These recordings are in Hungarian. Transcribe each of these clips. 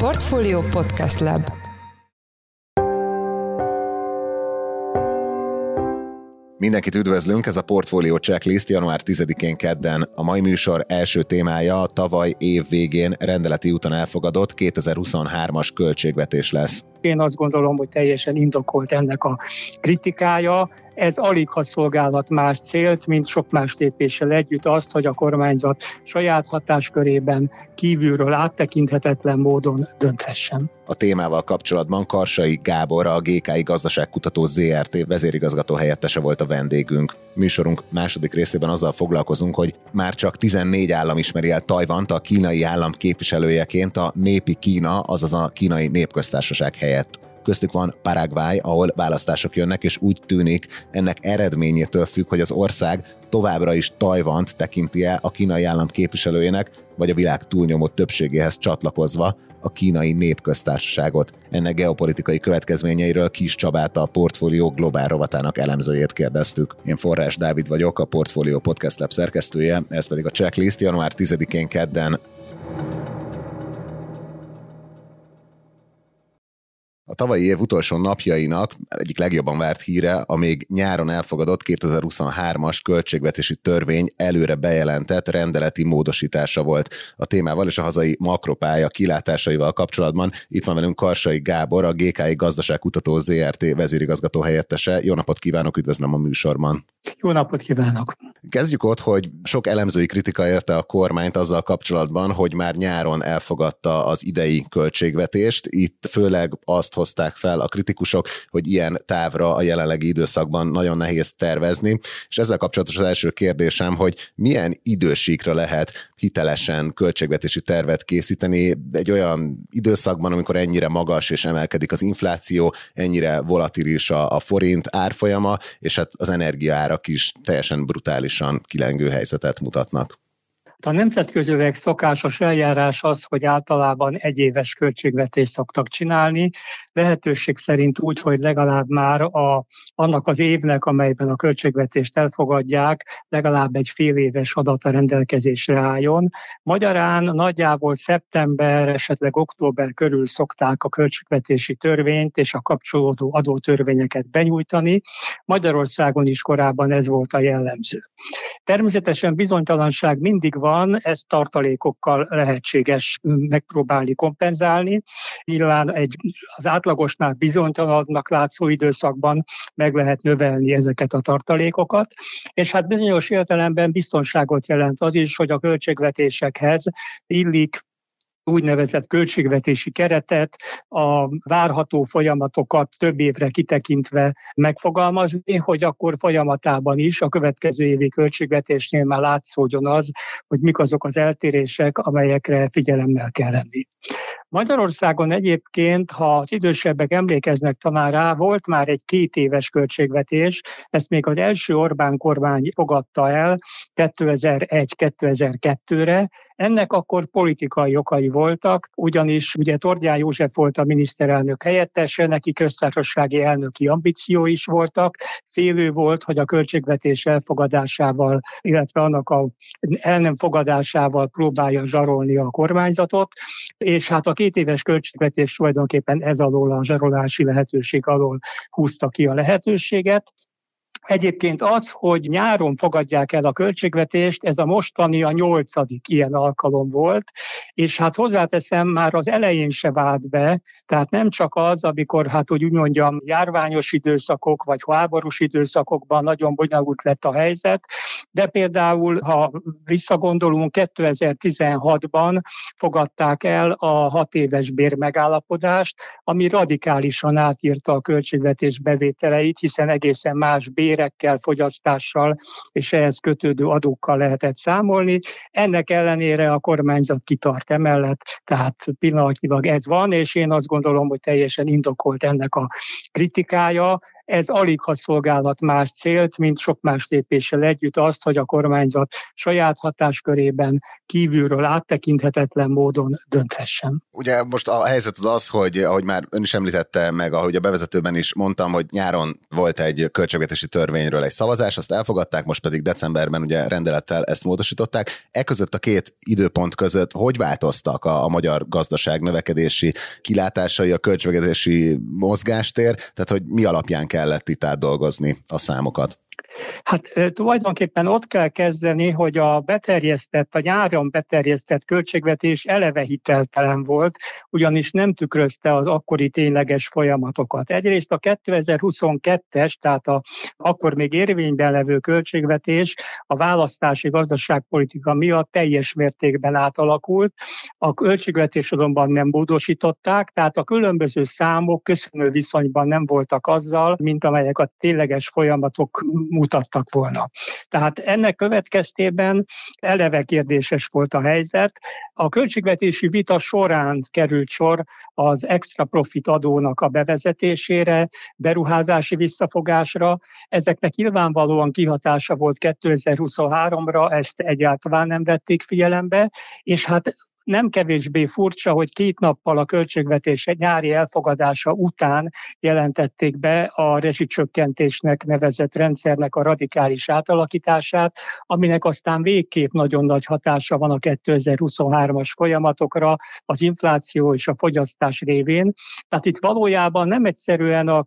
Portfolio Podcast Lab. Mindenkit üdvözlünk, ez a Portfolio Checklist január 10-én kedden. A mai műsor első témája a tavaly év végén rendeleti úton elfogadott 2023-as költségvetés lesz. Én azt gondolom, hogy teljesen indokolt ennek a kritikája. Ez aligha szolgálhat más célt, mint sok más lépéssel együtt azt, hogy a kormányzat saját hatáskörében kívülről áttekinthetetlen módon dönthessen. A témával kapcsolatban Karsai Gábor, a GKI Gazdaságkutató ZRT vezérigazgató helyettese volt a vendégünk. Műsorunk második részében azzal foglalkozunk, hogy már csak 14 állam ismeri el Tajvant a kínai állam képviselőjeként a népi Kína, azaz a Kínai Népköztársaság helyett. Köztük van Paraguay, ahol választások jönnek, és úgy tűnik, ennek eredményétől függ, hogy az ország továbbra is Tajvant tekinti-e a kínai állam képviselőjének, vagy a világ túlnyomó többségéhez csatlakozva a Kínai Népköztársaságot. Ennek geopolitikai következményeiről Kis Csabát, a Portfolio Globál rovatának elemzőjét kérdeztük. Én Forrás Dávid vagyok, a Portfolio Podcast Lab szerkesztője, ez pedig a Checklist január 10-én kedden. A tavalyi év utolsó napjainak egyik legjobban várt híre a még nyáron elfogadott 2023-as költségvetési törvény előre bejelentett rendeleti módosítása volt. A témával és a hazai makropálya kilátásaival kapcsolatban itt van velünk Karsai Gábor, a GKI Gazdaságkutató ZRT vezérigazgató helyettese. Jó napot kívánok, üdvözlöm a műsorban. Jó napot kívánok! Kezdjük ott, hogy sok elemzői kritika érte a kormányt azzal kapcsolatban, hogy már nyáron elfogadta az idei költségvetést. Itt főleg azt hozták fel a kritikusok, hogy ilyen távra a jelenlegi időszakban nagyon nehéz tervezni, és ezzel kapcsolatos az első kérdésem, hogy milyen idősíkra lehet hitelesen költségvetési tervet készíteni egy olyan időszakban, amikor ennyire magas és emelkedik az infláció, ennyire volatilis a forint árfolyama, és hát az energiaárak is teljesen brutálisan kilengő helyzetet mutatnak. A nemzetközileg szokásos eljárás az, hogy általában egyéves költségvetést szoktak csinálni, lehetőség szerint úgy, hogy legalább már annak az évnek, amelyben a költségvetést elfogadják, legalább egy fél éves adata rendelkezésre álljon. Magyarán nagyjából szeptember, esetleg október körül szokták a költségvetési törvényt és a kapcsolódó adótörvényeket benyújtani. Magyarországon is korábban ez volt a jellemző. Természetesen bizonytalanság mindig van, ezt tartalékokkal lehetséges megpróbálni kompenzálni. Nyilván az átlagosnál bizonytalanabbnak látszó időszakban meg lehet növelni ezeket a tartalékokat, és hát bizonyos értelemben biztonságot jelent az is, hogy a költségvetésekhez illik úgynevezett költségvetési keretet, a várható folyamatokat több évre kitekintve megfogalmazni, hogy akkor folyamatában is a következő évi költségvetésnél már látszódjon az, hogy mik azok az eltérések, amelyekre figyelemmel kell lenni. Magyarországon egyébként, ha az idősebbek emlékeznek talán rá, volt már egy 2 éves költségvetés, ezt még az első Orbán kormány fogadta el 2001-2002-re, ennek akkor politikai okai voltak, ugyanis ugye Tordján József volt a miniszterelnök helyettese, neki köztársasági elnöki ambíció is voltak, félő volt, hogy a költségvetés elfogadásával, illetve annak el nem fogadásával próbálja zsarolni a kormányzatot, és hát a 2 éves költségvetés tulajdonképpen ez alól a zsarolási lehetőség alól húzta ki a lehetőséget. Egyébként az, hogy nyáron fogadják el a költségvetést, ez a mostani a 8. ilyen alkalom volt, és hát hozzáteszem, már az elején se vált be, tehát nem csak az, amikor úgy mondjam, járványos időszakok vagy háborús időszakokban nagyon bonyolult lett a helyzet, de például, ha visszagondolunk, 2016-ban fogadták el a 6 éves bérmegállapodást, ami radikálisan átírta a költségvetés bevételeit, hiszen egészen más bérekkel, fogyasztással és ehhez kötődő adókkal lehetett számolni. Ennek ellenére a kormányzat kitart emellett, tehát pillanatnyilag ez van, és én azt gondolom, hogy teljesen indokolt ennek a kritikája. ez aligha szolgálhat más célt, mint sok más lépéssel együtt azt, hogy a kormányzat saját hatáskörében kívülről áttekinthetetlen módon dönthessen. Ugye most a helyzet az, hogy ahogy már ön is említette meg, ahogy a bevezetőben is mondtam, hogy nyáron volt egy költségvetési törvényről egy szavazás, azt elfogadták, most pedig decemberben ugye rendelettel ezt módosították. Között a két időpont között hogy változtak a magyar gazdaság növekedési kilátásai, a költségvetési mozgástér, tehát hogy mi alapján kellett itt átdolgozni a számokat? Hát tulajdonképpen ott kell kezdeni, hogy a nyáron beterjesztett költségvetés eleve hiteltelen volt, ugyanis nem tükrözte az akkori tényleges folyamatokat. Egyrészt a 2022-es, tehát akkor még érvényben levő költségvetés a választási gazdaságpolitika miatt teljes mértékben átalakult, a költségvetés azonban nem módosították, tehát a különböző számok köszönő viszonyban nem voltak azzal, mint amelyek a tényleges folyamatok mutattak volna. Tehát ennek következtében eleve kérdéses volt a helyzet. A költségvetési vita során került sor az extra profit adónak a bevezetésére, beruházási visszafogásra. Ezeknek nyilvánvalóan kihatása volt 2023-ra, ezt egyáltalán nem vették figyelembe, és hát nem kevésbé furcsa, hogy 2 nappal a költségvetés nyári elfogadása után jelentették be a rezsicsökkentésnek nevezett rendszernek a radikális átalakítását, aminek aztán végképp nagyon nagy hatása van a 2023-as folyamatokra, az infláció és a fogyasztás révén. Tehát itt valójában nem egyszerűen a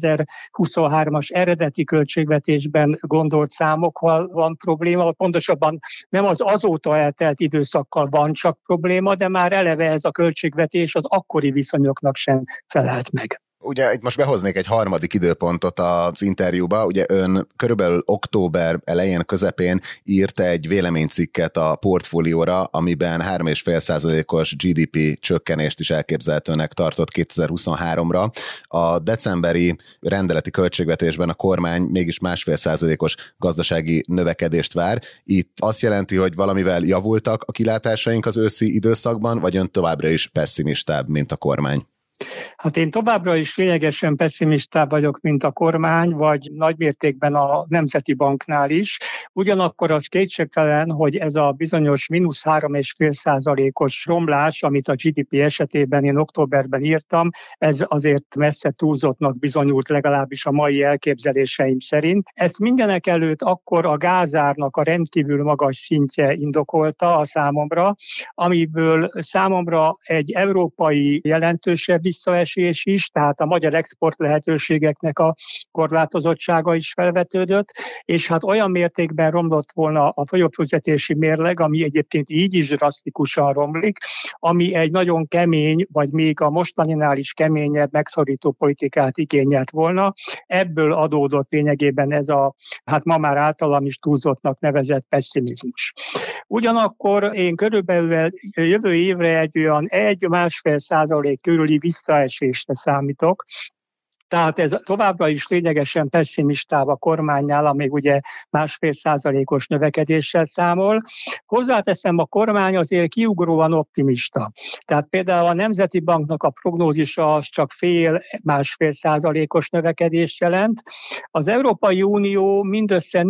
2023-as eredeti költségvetésben gondolt számokkal van probléma, pontosabban nem az azóta eltelt időszakkal van csak probléma, de már eleve ez a költségvetés az akkori viszonyoknak sem felelt meg. Ugye itt most behoznék egy harmadik időpontot az interjúba, ugye ön körülbelül október elején, közepén írt egy véleménycikket a Portfólióra, amiben 3,5%-os GDP csökkenést is elképzelhetőnek tartott 2023-ra. A decemberi rendeleti költségvetésben a kormány mégis 1,5%-os gazdasági növekedést vár. Itt azt jelenti, hogy valamivel javultak a kilátásaink az őszi időszakban, vagy ön továbbra is pessimistább, mint a kormány? Hát én továbbra is lényegesen pessimistább vagyok, mint a kormány, vagy nagymértékben a Nemzeti Banknál is. Ugyanakkor az kétségtelen, hogy ez a bizonyos mínusz 3,5%-os romlás, amit a GDP esetében én októberben írtam, ez azért messze túlzottnak bizonyult, legalábbis a mai elképzeléseim szerint. Ezt mindenek előtt akkor a gázárnak a rendkívül magas szintje indokolta a számomra, amiből számomra egy európai jelentősebb visszaesés is, tehát a magyar export lehetőségeknek a korlátozottsága is felvetődött, és hát olyan mértékben romlott volna a folyófizetési mérleg, ami egyébként így is drasztikusan romlik, ami egy nagyon kemény, vagy még a mostaninál is keményebb megszorító politikát igényelt volna. Ebből adódott lényegében ez a, hát ma már általam is túlzottnak nevezett pessimizmus. Ugyanakkor én körülbelül jövő évre egy olyan 1-1,5% körüli visszaesésre számítok. Tehát ez továbbra is lényegesen pessimistább a kormánynál, amíg ugye 1,5%-os növekedéssel számol. Hozzáteszem, a kormány azért kiugróan optimista. Tehát például a Nemzeti Banknak a prognózisa az csak 1,5% növekedést jelent. Az Európai Unió mindössze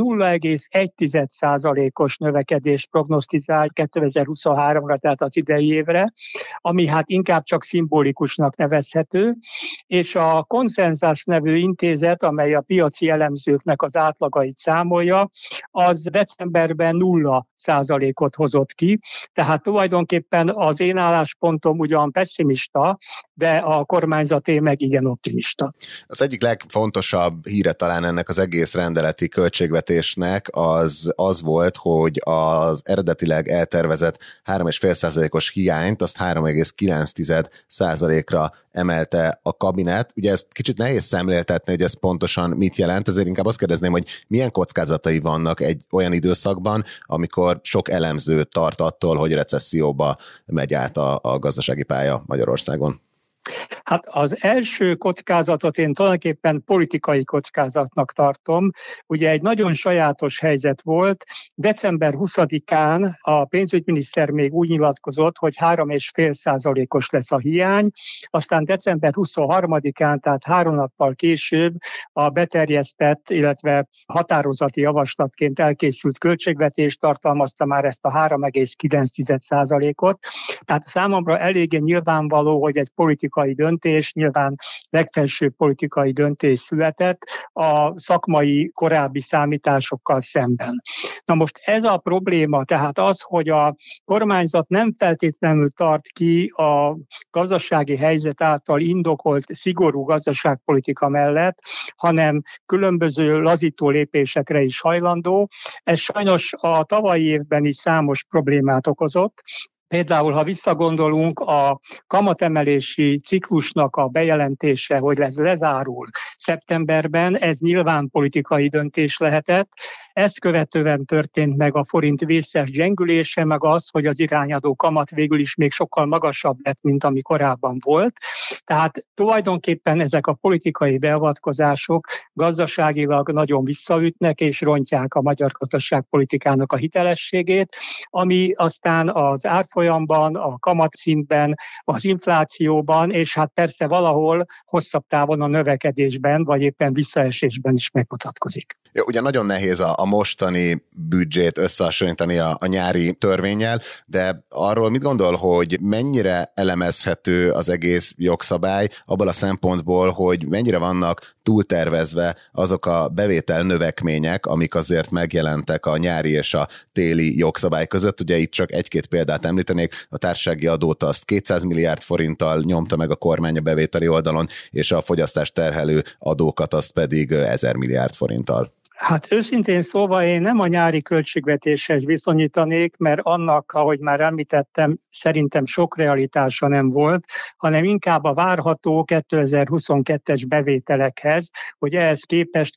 0,1%-os növekedést prognosztizál 2023-ra, tehát az idei évre, ami hát inkább csak szimbolikusnak nevezhető, és a Consensus nevű intézet, amely a piaci elemzőknek az átlagait számolja, az decemberben 0%-ot hozott ki, tehát tulajdonképpen az én álláspontom ugyan pessimista, de a kormányzaté meg igen optimista. Az egyik legfontosabb híre talán ennek az egész rendeleti költségvetésnek az volt, hogy az eredetileg eltervezett 3,5%-os hiányt azt 3,9%-ra emelte a kabinet. Ugye ezt kicsit nehéz szemléltetni, hogy ez pontosan mit jelent, ezért inkább azt kérdezném, hogy milyen kockázatai vannak egy olyan időszakban, amikor sok elemző tart attól, hogy recesszióba megy át a gazdasági pálya Magyarországon. Hát az első kockázatot én tulajdonképpen politikai kockázatnak tartom. Ugye egy nagyon sajátos helyzet volt. December 20-án a pénzügyminiszter még úgy nyilatkozott, hogy 3,5%-os lesz a hiány, aztán december 23-án, tehát 3 nappal később a beterjesztett, illetve határozati javaslatként elkészült költségvetés tartalmazta már ezt a 3,9%-ot. Tehát számomra eléggé nyilvánvaló, hogy egy politikai döntés, nyilván legfelsőbb politikai döntés született a szakmai korábbi számításokkal szemben. Na most ez a probléma, tehát az, hogy a kormányzat nem feltétlenül tart ki a gazdasági helyzet által indokolt szigorú gazdaságpolitika mellett, hanem különböző lazító lépésekre is hajlandó. Ez sajnos a tavalyi évben is számos problémát okozott. Például, ha visszagondolunk, a kamatemelési ciklusnak a bejelentése, hogy ez lezárul szeptemberben, ez nyilván politikai döntés lehetett. Ezt követően történt meg a forint vészes gyengülése, meg az, hogy az irányadó kamat végül is még sokkal magasabb lett, mint ami korábban volt. Tehát tulajdonképpen ezek a politikai beavatkozások gazdaságilag nagyon visszaütnek és rontják a magyar gazdaságpolitikának a hitelességét, ami aztán az árfolyamban, a kamatszintben, az inflációban, és hát persze valahol hosszabb távon a növekedésben, vagy éppen visszaesésben is megmutatkozik. Ja, ugye nagyon nehéz a mostani büdzsét összehasonlítani a nyári törvénnyel, de arról mit gondol, hogy mennyire elemezhető az egész jogszabály abból a szempontból, hogy mennyire vannak túltervezve azok a bevétel növekmények, amik azért megjelentek a nyári és a téli jogszabály között. Ugye itt csak egy-két példát említenék, a társasági adót azt 200 milliárd forinttal nyomta meg a kormány a bevételi oldalon, és a fogyasztást terhelő adókat azt pedig 1000 milliárd forinttal. Hát őszintén szólva én nem a nyári költségvetéshez viszonyítanék, mert annak, ahogy már említettem, szerintem sok realitása nem volt, hanem inkább a várható 2022-es bevételekhez, hogy ehhez képest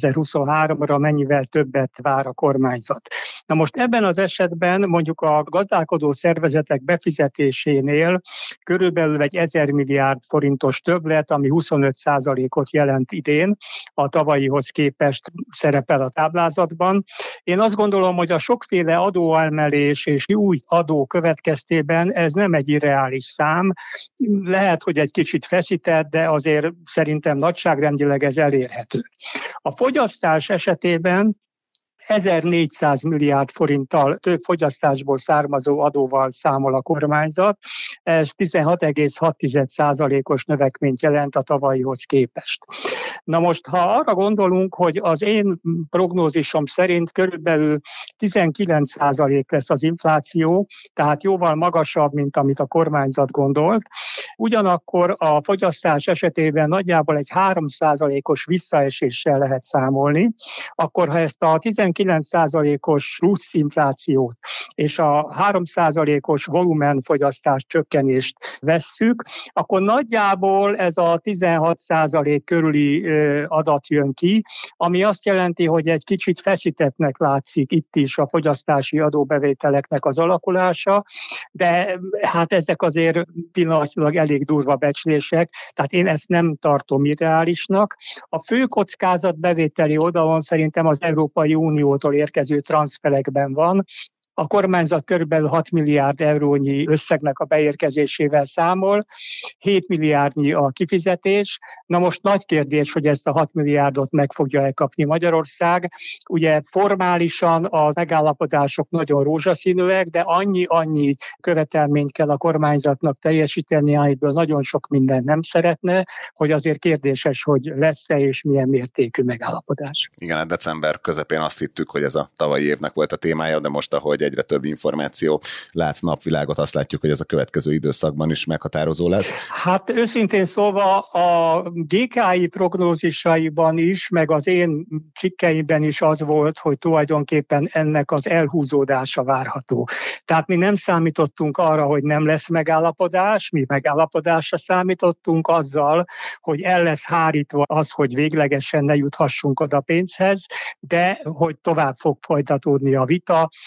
2023-ra mennyivel többet vár a kormányzat. Na most ebben az esetben mondjuk a gazdálkodó szervezetek befizetésénél körülbelül egy 1000 milliárd forintos többlet, ami 25%-ot jelent idén, a tavalyihoz képest szerepel a táblázatban. Én azt gondolom, hogy a sokféle adóemelés és új adó következtében ez nem egy irreális szám. Lehet, hogy egy kicsit feszített, de azért szerintem nagyságrendileg ez elérhető. A fogyasztás esetében 1400 milliárd forinttal több fogyasztásból származó adóval számol a kormányzat. Ez 16,6%-os növekményt jelent a tavalyihoz képest. Na most, ha arra gondolunk, hogy az én prognózisom szerint körülbelül 19% lesz az infláció, tehát jóval magasabb, mint amit a kormányzat gondolt, ugyanakkor a fogyasztás esetében nagyjából egy 3%-os visszaeséssel lehet számolni, akkor ha ezt a 19%-os plusz inflációt és a 3%-os volumenfogyasztás csökkenést vesszük, akkor nagyjából ez a 16% körüli adat jön ki, ami azt jelenti, hogy egy kicsit feszítettnek látszik itt is a fogyasztási adóbevételeknek az alakulása, de hát ezek azért pillanatilag elég durva becslések, tehát én ezt nem tartom irreálisnak. A fő kockázat bevételi oldalon szerintem az Európai Uniótól érkező transzferekben van. A kormányzat körülbelül 6 milliárd eurónyi összegnek a beérkezésével számol, 7 milliárdnyi a kifizetés. Na most nagy kérdés, hogy ezt a 6 milliárdot meg fogja elkapni Magyarország. Ugye formálisan a megállapodások nagyon rózsaszínűek, de annyi követelményt kell a kormányzatnak teljesíteni, amiből nagyon sok minden nem szeretne, hogy azért kérdéses, hogy lesz-e és milyen mértékű megállapodás. Igen, december közepén azt hittük, hogy ez a tavalyi évnek volt a témája, de most, ahogy egyre több információ lát napvilágot, azt látjuk, hogy ez a következő időszakban is meghatározó lesz. Hát őszintén szólva a GKI prognózisaiban is, meg az én cikkeimben is az volt, hogy tulajdonképpen ennek az elhúzódása várható. Tehát mi nem számítottunk arra, hogy nem lesz megállapodás, mi megállapodásra számítottunk azzal, hogy el lesz hárítva az, hogy véglegesen ne juthassunk oda pénzhez, de hogy tovább fog folytatódni a vita, és hát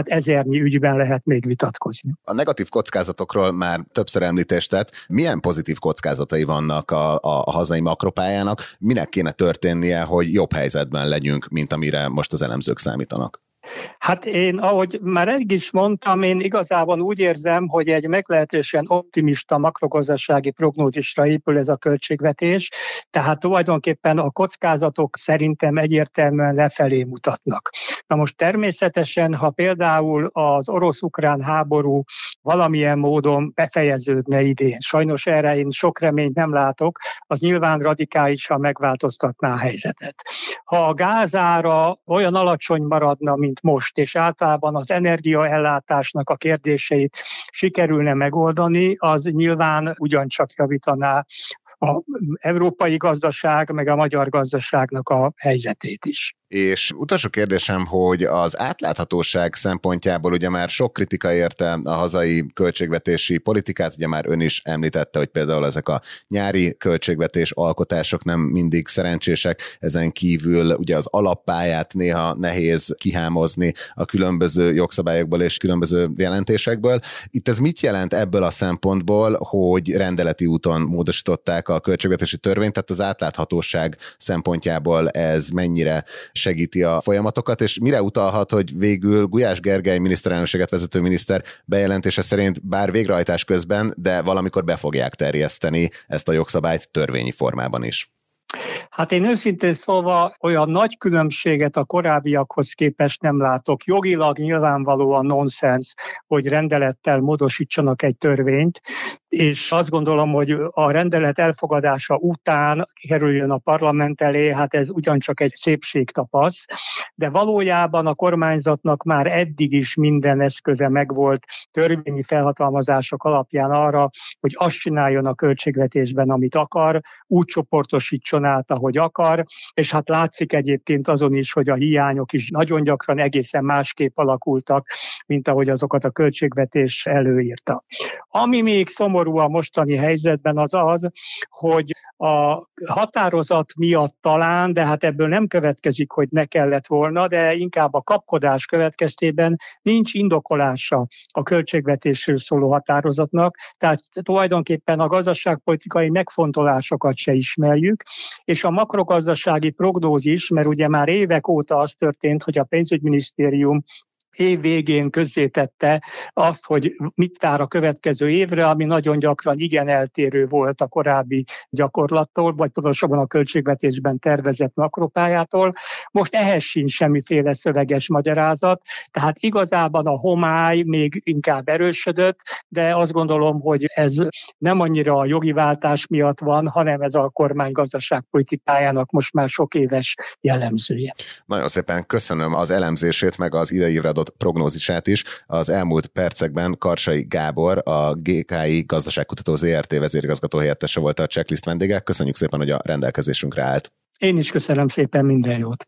ezernyi ügyben lehet még vitatkozni. A negatív kockázatokról már többször említést tett. Milyen pozitív kockázatai vannak a hazai makropályának? Minek kéne történnie, hogy jobb helyzetben legyünk, mint amire most az elemzők számítanak? Hát én, ahogy már eddig is mondtam, én igazából úgy érzem, hogy egy meglehetősen optimista makrogazdasági prognózisra épül ez a költségvetés, tehát tulajdonképpen a kockázatok szerintem egyértelműen lefelé mutatnak. Na most természetesen, ha például az orosz-ukrán háború valamilyen módon befejeződne idén, sajnos erre én sok reményt nem látok, az nyilván radikálisan megváltoztatná a helyzetet. Ha a gázára olyan alacsony maradna, mint most, és általában az energiaellátásnak a kérdéseit sikerülne megoldani, az nyilván ugyancsak javítaná az európai gazdaság, meg a magyar gazdaságnak a helyzetét is. És utolsó kérdésem, hogy az átláthatóság szempontjából ugye már sok kritika érte a hazai költségvetési politikát, ugye már ön is említette, hogy például ezek a nyári költségvetés alkotások nem mindig szerencsések, ezen kívül ugye az alappályát néha nehéz kihámozni a különböző jogszabályokból és különböző jelentésekből. Itt ez mit jelent ebből a szempontból, hogy rendeleti úton módosították a költségvetési törvényt, tehát az átláthatóság szempontjából ez mennyire segíti a folyamatokat, és mire utalhat, hogy végül Gulyás Gergely miniszterelnökséget vezető miniszter bejelentése szerint bár végrehajtás közben, de valamikor be fogják terjeszteni ezt a jogszabályt törvényi formában is? Hát én őszintén szólva olyan nagy különbséget a korábbiakhoz képest nem látok. Jogilag nyilvánvalóan nonsens, hogy rendelettel módosítsanak egy törvényt, és azt gondolom, hogy a rendelet elfogadása után kerüljön a parlament elé, hát ez ugyancsak egy szépségtapasz, de valójában a kormányzatnak már eddig is minden eszköze megvolt törvényi felhatalmazások alapján arra, hogy azt csináljon a költségvetésben, amit akar, úgy csoportosítson át, ahogy akar, és hát látszik egyébként azon is, hogy a hiányok is nagyon gyakran egészen másképp alakultak, mint ahogy azokat a költségvetés előírta. Ami még szomorú a mostani helyzetben az, hogy a határozat miatt talán, de hát ebből nem következik, hogy ne kellett volna, de inkább a kapkodás következtében nincs indokolása a költségvetésről szóló határozatnak, tehát tulajdonképpen a gazdaságpolitikai megfontolásokat se ismerjük, és a makrogazdasági prognózis, mert ugye már évek óta az történt, hogy a pénzügyminisztérium év végén közzétette azt, hogy mit vár a következő évre, ami nagyon gyakran igen eltérő volt a korábbi gyakorlattól, vagy pontosabban a költségvetésben tervezett makropályától. Most ehhez sincs semmiféle szöveges magyarázat, tehát igazában a homály még inkább erősödött, de azt gondolom, hogy ez nem annyira a jogi váltás miatt van, hanem ez a kormány gazdaságpolitikájának most már sok éves jellemzője. Nagyon szépen köszönöm az elemzését, meg az idejévre adott prognózisát is. Az elmúlt percekben Karsai Gábor, a GKI Gazdaságkutató ZRT vezérigazgató helyettese volt a Checklist vendége. Köszönjük szépen, hogy a rendelkezésünkre állt. Én is köszönöm szépen, minden jót!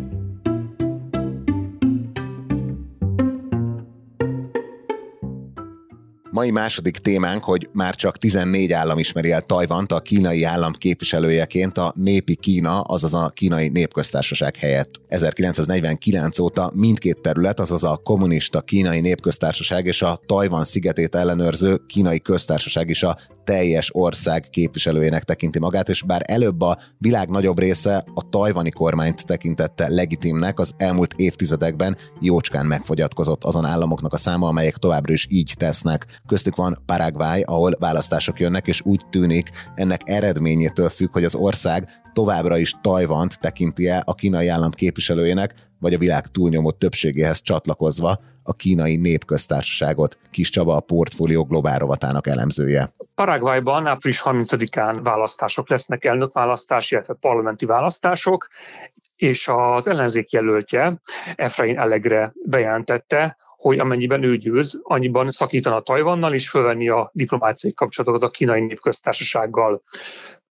Mai második témánk, hogy már csak 14 állam ismeri el Tajvant a kínai állam képviselőjeként a népi Kína, azaz a kínai népköztársaság helyett. 1949 óta mindkét terület, azaz a kommunista kínai népköztársaság és a Tajvan szigetét ellenőrző kínai köztársaság is a teljes ország képviselőjének tekinti magát, és bár előbb a világ nagyobb része a tajvani kormányt tekintette legitimnek, az elmúlt évtizedekben jócskán megfogyatkozott azon államoknak a száma, amelyek továbbra is így tesznek. Köztük van Paraguay, ahol választások jönnek, és úgy tűnik, ennek eredményétől függ, hogy az ország továbbra is Tajvant tekinti-e a kínai állam képviselőjének, vagy a világ túlnyomó többségéhez csatlakozva a kínai népköztársaságot. Kis Csaba, a Portfólió globál rovatának elemzője. Paraguayban április 30-án választások lesznek, elnökválasztás, illetve parlamenti választások, és az ellenzék jelöltje, Efraín Alegre bejelentette, hogy amennyiben ő győz, annyiban szakítana Tajvannal és fölvenni a diplomáciai kapcsolatokat a kínai népköztársasággal.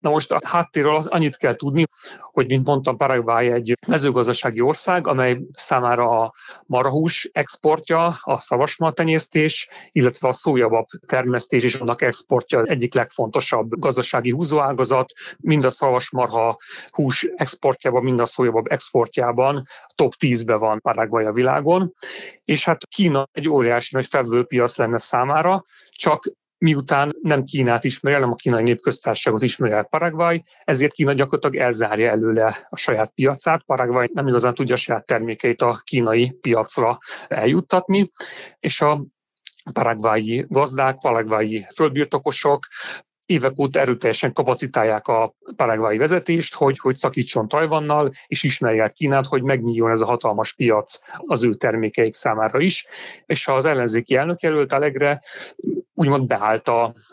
Na most a háttérről annyit kell tudni, hogy mint mondtam, Paraguay egy mezőgazdasági ország, amely számára a marhahús exportja, a szarvasmarhatenyésztés, illetve a szójabab termesztés és annak exportja egyik legfontosabb gazdasági húzóágazat, mind a szarvasmarha hús exportjában, mind a szójabab exportjában top 10-ben van Paraguay a világon, és hát Kína egy óriási nagy felvevőpiac lenne számára, csak miután nem Kínát ismeri, hanem a Kínai Népköztársaságot ismeri el Paraguay, ezért Kína gyakorlatilag elzárja előle a saját piacát. Paraguay nem igazán tudja a saját termékeit a kínai piacra eljuttatni, és a paraguayi gazdák, paraguayi földbirtokosok évek óta erőteljesen kapacitálják a paraguayi vezetést, hogy szakítson Tajvannal, és ismerje el Kínát, hogy megnyíljon ez a hatalmas piac az ő termékeik számára is. És az ellenzéki elnökjelölt Alegre úgymond beállt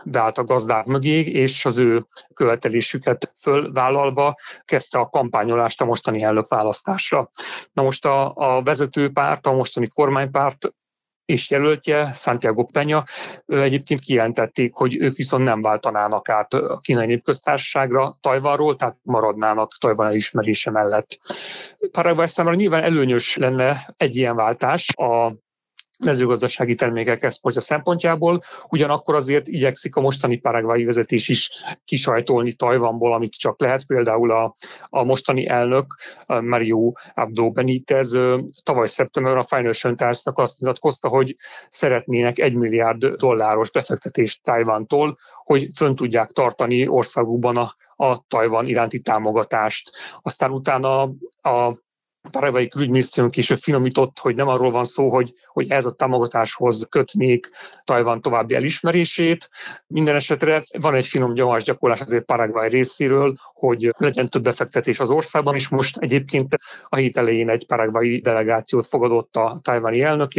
a gazdák mögé, és az ő követelésüket fölvállalva kezdte a kampányolást a mostani elnökválasztásra. Na most a vezetőpárt, a mostani kormánypárt és jelöltje, Santiago Peña, egyébként kijelentették, hogy ők viszont nem váltanának át a Kínai Népköztársaságra Tajvanról, tehát maradnának Tajvan elismerése mellett. Paraguay számára nyilván előnyös lenne egy ilyen váltás a mezőgazdasági termékek exportja szempontjából, ugyanakkor azért igyekszik a mostani paraguayi vezetés is kisajtolni Tajvanból, amit csak lehet. Például a mostani elnök, Mario Abdo Benítez tavaly szeptemberben a Financial Times-nak azt nyilatkozta, hogy szeretnének $1 milliárd befektetést Tajvantól, hogy fönn tudják tartani országukban a Tajvan iránti támogatást. Aztán utána a paraguayi külügyminisztérium később finomított, hogy nem arról van szó, hogy ez a támogatáshoz kötnék Tajvan további elismerését. Minden esetre van egy finom nyomásgyakorlás azért Paraguay részéről, hogy legyen több befektetés az országban, és most egyébként a hét elején egy paraguayi delegációt fogadott a tajvani elnök,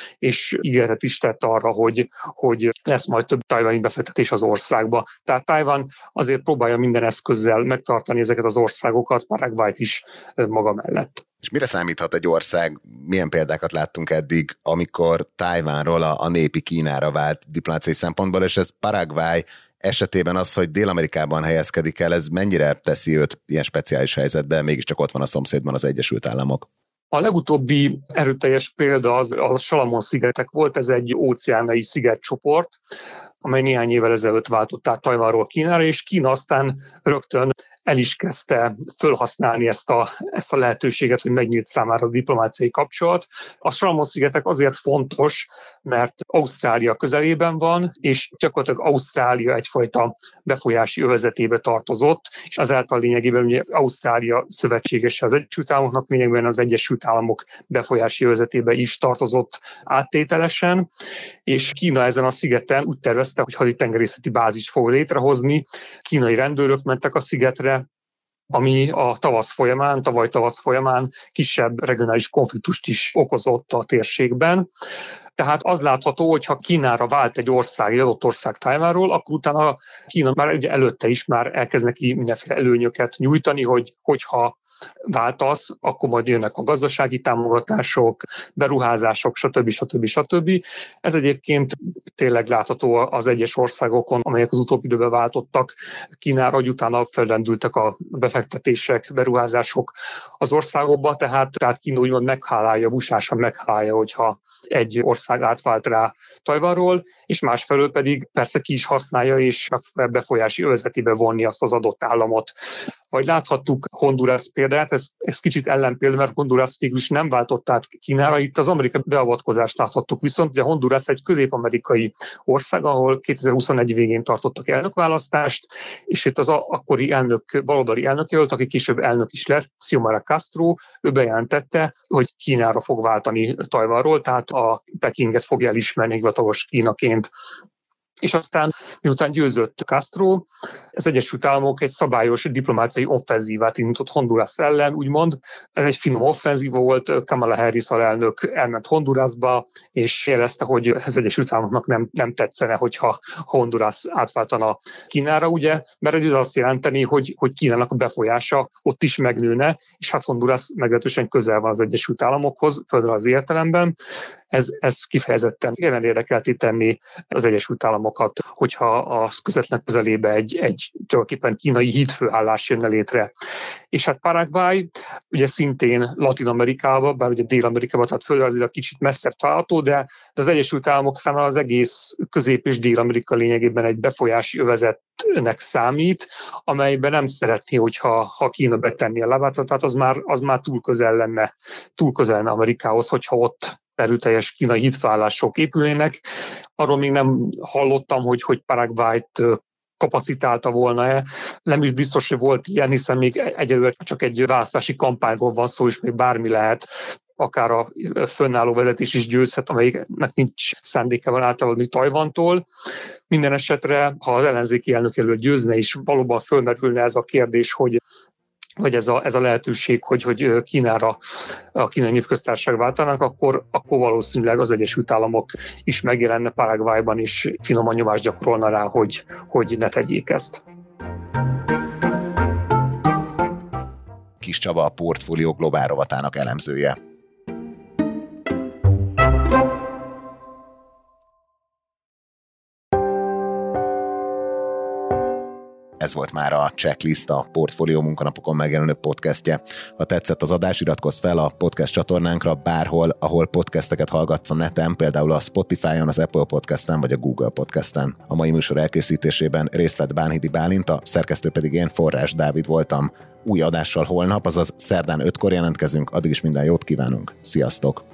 és ígéretet is tett arra, hogy lesz majd több tajvani befektetés az országba. Tehát Tajvan azért próbálja minden eszközzel megtartani ezeket az országokat, Paraguayt is maga mellett. És mire számíthat egy ország, milyen példákat láttunk eddig, amikor Tajvanról a népi Kínára vált diplomáciai szempontból, és ez Paraguay esetében az, hogy Dél-Amerikában helyezkedik el, ez mennyire teszi őt ilyen speciális helyzetben, mégiscsak ott van a szomszédban az Egyesült Államok? A legutóbbi erőteljes példa az a Salamon-szigetek volt, ez egy óceánai szigetcsoport, amely néhány évvel ezelőtt váltott át Tajvanról Kínára, és Kína aztán rögtön el is kezdte fölhasználni ezt a lehetőséget, hogy megnyílt számára a diplomáciai kapcsolat. A Salamon-szigetek azért fontos, mert Ausztrália közelében van, és gyakorlatilag Ausztrália egyfajta befolyási övezetébe tartozott, és ezáltal lényegében ugye Ausztrália szövetségese az Egyesült Államoknak, lényegében az Egyesült Államok befolyási övezetébe is tartozott áttételesen, és Kína ezen a szigeten úgy tervezte, hogy haditengerészeti bázist fog létrehozni. Kínai rendőrök mentek a szigetre, ami tavaly tavasz folyamán kisebb regionális konfliktust is okozott a térségben. Tehát az látható, hogy ha Kínára vált egy adott ország Tajvanról, akkor utána Kína már ugye előtte is már elkezd neki mindenféle előnyöket nyújtani, hogyha váltasz, akkor majd jönnek a gazdasági támogatások, beruházások, stb. Ez egyébként tényleg látható az egyes országokon, amelyek az utóbbi időben váltottak Kínára, hogy utána fellendültek a befektetések, beruházások az országokba, tehát Kína úgymond meghálálja, busásan meghálálja, hogyha egy ország átvált rá Tajvanról, és másfelől pedig persze ki is használja, és befolyási övezetébe vonni azt az adott államot. Vagy láthattuk Honduras példát, ez kicsit ellenpélda, mert Honduras végül nem váltott át Kínára, itt az amerikai beavatkozást láthattuk, viszont ugye Honduras egy közép-amerikai ország, ahol 2021 végén tartottak elnökválasztást, és itt az akkori baloldali elnökjelölt, aki később elnök is lett, Xiomara Castro, ő bejelentette, hogy Kínára fog váltani Tajvanról, tehát a Pekinget fogja elismerni hivatalos Kínaként. És aztán, miután győzött Castro, az Egyesült Államok egy szabályos diplomáciai offenzívát indított Honduras ellen, úgymond. Ez egy finom offenzíva volt, Kamala Harris alelnök elment Hondurasba, és jelezte, hogy az Egyesült Államoknak nem tetszene, hogyha Honduras átváltana Kínára, ugye, mert ez azt jelenteni, hogy Kínának a befolyása ott is megnőne, és hát Honduras meglehetősen közel van az Egyesült Államokhoz, földrajzi értelemben. Ez kifejezetten jelen érdekelté tenni az Egyesült Államok Államokat, hogyha az közvetlen közelébe egy tulajdonképpen kínai hídfőállás jönne létre. És hát Paraguay ugye szintén Latin-Amerikában, bár ugye Dél-Amerikában, tehát földrajzilag kicsit messzebb található, de az Egyesült Államok számára az egész Közép- és Dél-Amerika lényegében egy befolyási övezetnek számít, amelyben nem szeretné, hogyha Kína betenni a lábát, tehát az már túl közel lenne Amerikához, hogyha ott erőteljes kínai hídfőállások épülnének. Arról még nem hallottam, hogy Paraguayt kapacitálta volna-e. Nem is biztos, hogy volt ilyen, hiszen még egyelőre csak egy választási kampányról van szó, és még bármi lehet, akár a fönnálló vezetés is győzhet, amelyiknek nincs szándékával átállodni Tajvantól. Minden esetre, ha az ellenzéki elnök győzne, és valóban fölmerülne ez a kérdés, vagy ez a lehetőség, hogy Kínára a Kínai Népköztársaság váltanak, akkor valószínűleg az Egyesült Államok is megjelenne Paraguayban, és finoman nyomást gyakorolna rá, hogy ne tegyék ezt. Kis Csaba, a Portfólió globál rovatának elemzője. Ez volt már a Checklist, a Portfólió munkanapokon megjelenő podcastje. Ha tetszett az adás, iratkozz fel a podcast csatornánkra bárhol, ahol podcasteket hallgatsz a neten, például a Spotify-on, az Apple Podcasten vagy a Google Podcasten. A mai műsor elkészítésében részt vett Bánhidi Bálint, a szerkesztő pedig én, Forrás Dávid voltam. Új adással holnap, azaz szerdán 5-kor jelentkezünk, addig is minden jót kívánunk. Sziasztok!